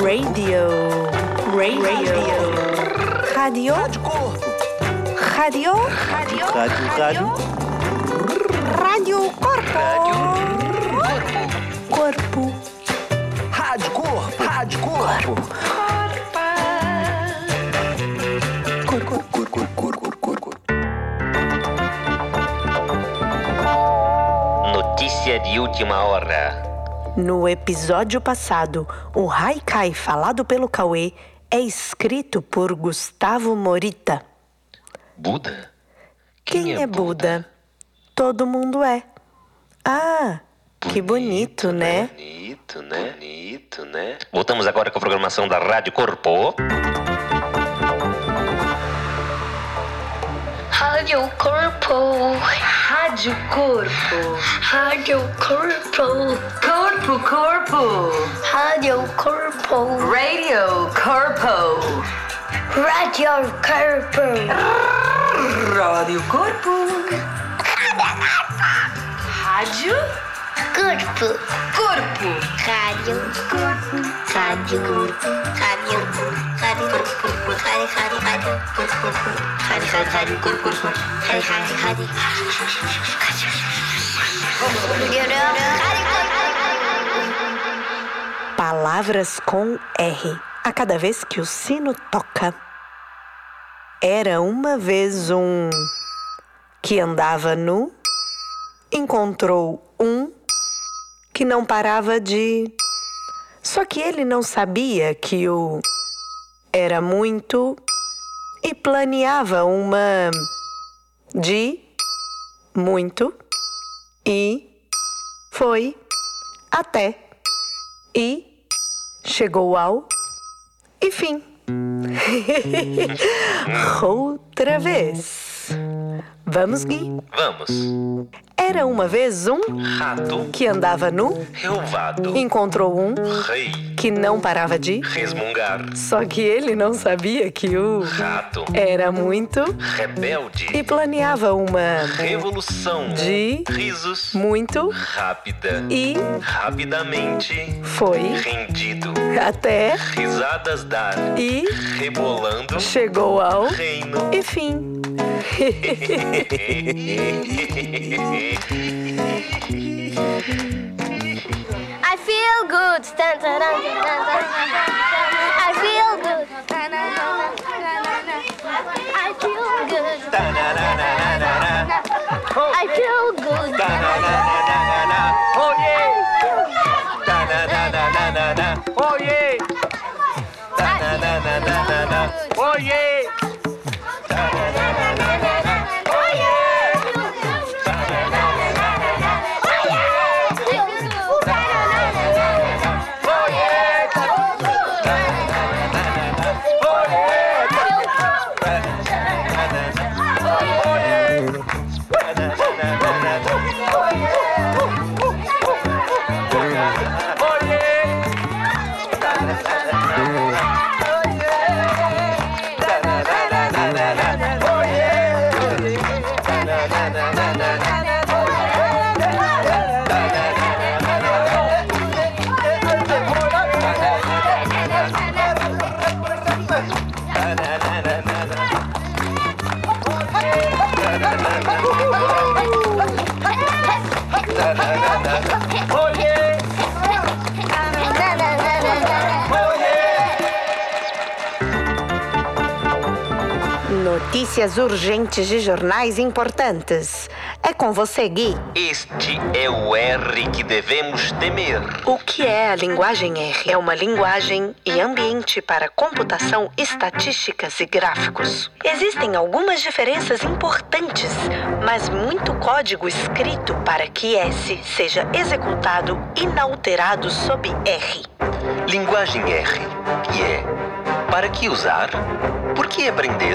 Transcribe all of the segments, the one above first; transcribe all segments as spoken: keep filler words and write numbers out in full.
Radio. Radio. Radio. Rádio Corpo. Radio. Rádio, rádio, rádio. Radio Corpo. Corpo. Rádio Corpo. Rádio Corpo. Corpo, corpo, corpo, corpo. Notícia de última hora. No episódio passado, o Haikai falado pelo Cauê é escrito por Gustavo Morita. Buda? Quem, Quem é, é Buda? Buda? Todo mundo é. Ah, bonito, que bonito, né? Bonito, né? Bonito, né? Voltamos agora com a programação da Rádio Corpo. Rádio Corpo. Rádio Corpo. Rádio Corpo. Corpo, corpo. Rádio Corpo. Radio Corpo. Rádio Corpo. Rádio Corpo. Rádio Corpo. Corpo. Rádio Corpo. Rádio Corpo. Rádio Rádio Corpo. Rádio Rádio Rádio Corpo. Rádio Rádio Rádio Corpo. Rádio Rádio Rádio Palavras com R a cada vez que o sino toca. Era uma vez um que andava nu, encontrou um que não parava de... Só que ele não sabia que o era muito e planeava uma de muito e foi até e chegou ao e fim. Outra vez. Vamos, Gui? Vamos. Era uma vez um rato que andava nu, relvado, encontrou um rei que não parava de resmungar. Só que ele não sabia que o rato era muito rebelde e planeava uma revolução de risos muito rápida e rapidamente foi rendido até risadas dar e rebolando chegou ao reino e fim. I feel good. I feel good. I feel good. I feel good. Oh yeah! Oh yeah! Oh yeah! Notícias urgentes de jornais importantes. É com você, Gui. Este é o R que devemos temer. O que é a linguagem R? É uma linguagem e ambiente para computação, estatísticas e gráficos. Existem algumas diferenças importantes, mas muito código escrito para que S seja executado inalterado sob R. Linguagem R, que é para que usar? Por que aprender?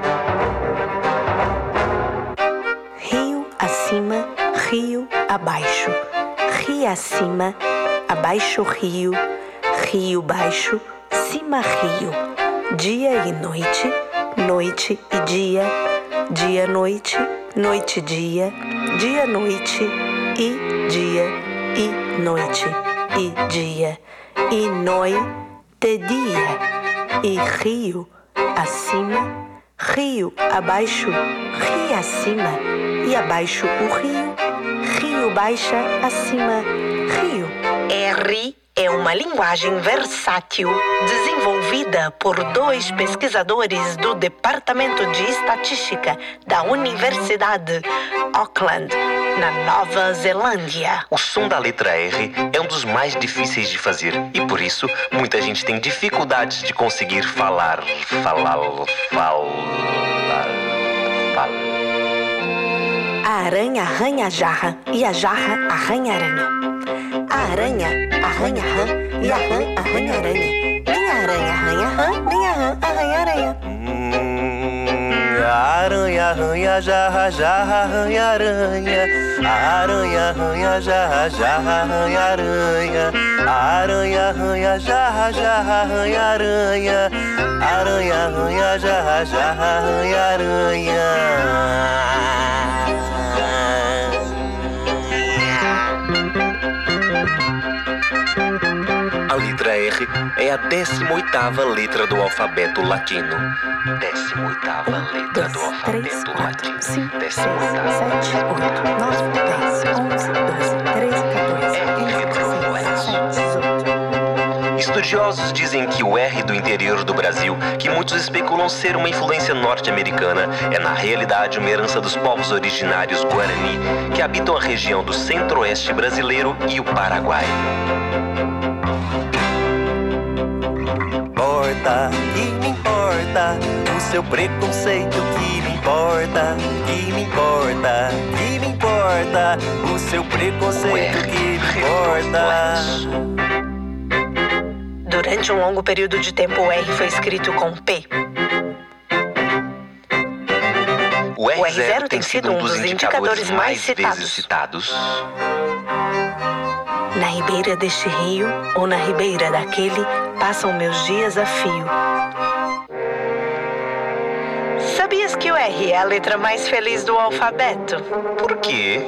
Rio acima, rio abaixo. Rio acima, abaixo rio, rio baixo, cima rio. Dia e noite, noite e dia, dia noite, noite dia, dia noite e dia e noite e dia e noi de dia. E rio acima, rio abaixo, rio acima. E abaixo o rio, rio baixa acima, rio. R é uma linguagem versátil desenvolvida por dois pesquisadores do Departamento de Estatística da Universidade Auckland, na Nova Zelândia. O som da letra R é um dos mais difíceis de fazer e por isso muita gente tem dificuldades de conseguir falar, falar, falar, falar. A aranha arranha a jarra e a jarra arranha a aranha. A aranha arranha a rã e a rã arranha a aranha. Nem a aranha arranha a rã, nem a rã arranha a aranha. Hum, a aranha arranha jarra, jarra arranha aranha. A aranha arranha jarra, jarra arranha aranha. A aranha arranha jarra, jarra arranha aranha. Aranha arranha jarra, jarra arranha aranha. A letra R é a décima oitava letra do alfabeto latino. Décima oitava letra do alfabeto latino. Décima oitava. sete, oito, nove, dez, onze, doze, treze, quatorze, Estudiosos dizem que o R do interior do Brasil, que muitos especulam ser uma influência norte-americana, é na realidade uma herança dos povos originários Guarani, que habitam a região do centro-oeste brasileiro e o Paraguai. Importa, que me importa o seu preconceito, que me importa, que me importa, que me importa o seu preconceito, que me importa. Durante um longo período de tempo, o R foi escrito com P. O R zero tem sido um dos indicadores mais vezes citados. Na ribeira deste rio ou na ribeira daquele, passam meus dias a fio. Sabias que o R é a letra mais feliz do alfabeto? Por quê?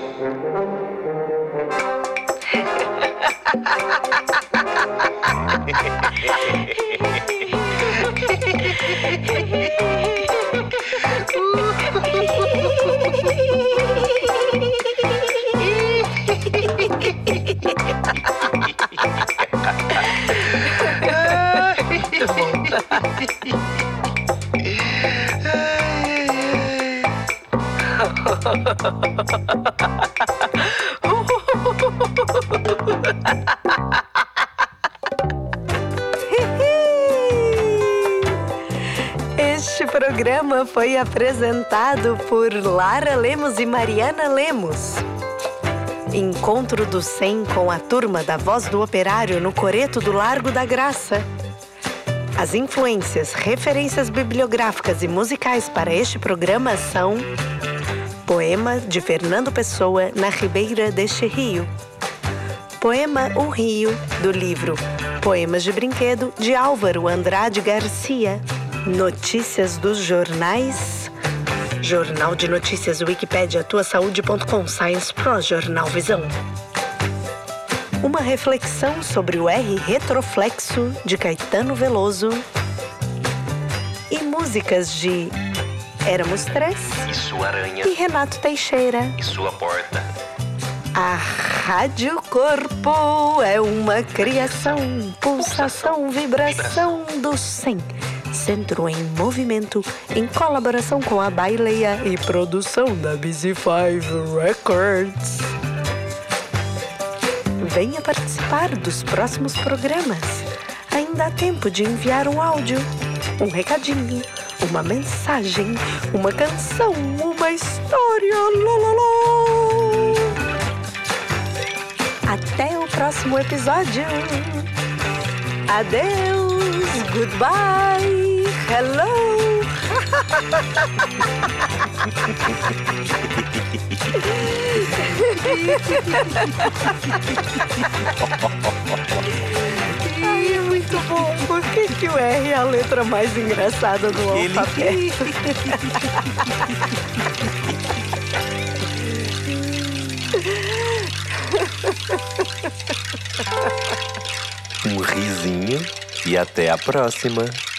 Este programa foi apresentado por Lara Lemos e Mariana Lemos. Encontro do cem com a turma da Voz do Operário no Coreto do Largo da Graça. As influências, referências bibliográficas e musicais para este programa são: Poema de Fernando Pessoa, Na Ribeira deste Rio. Poema O Rio, do livro Poemas de Brinquedo, de Álvaro Andrade Garcia. Notícias dos jornais. Jornal de Notícias Wikipédia, tua saúde ponto com, Science Pro, Jornal Visão. Uma reflexão sobre o R retroflexo, de Caetano Veloso. E músicas de Éramos Três E sua aranha. e Renato Teixeira. E sua porta. A Rádio Corpo é uma criação, pulsação, vibração do cem. Centro em movimento, em colaboração com a Baileia e produção da Busy Five Records. Venha participar dos próximos programas. Ainda há tempo de enviar um áudio, um recadinho, uma mensagem, uma canção, uma história. Lololô. Até o próximo episódio. Adeus, goodbye, hello. Ai, é muito bom. Por que, que o R é a letra mais engraçada do Ele- alfabeto? Um risinho. e até a próxima.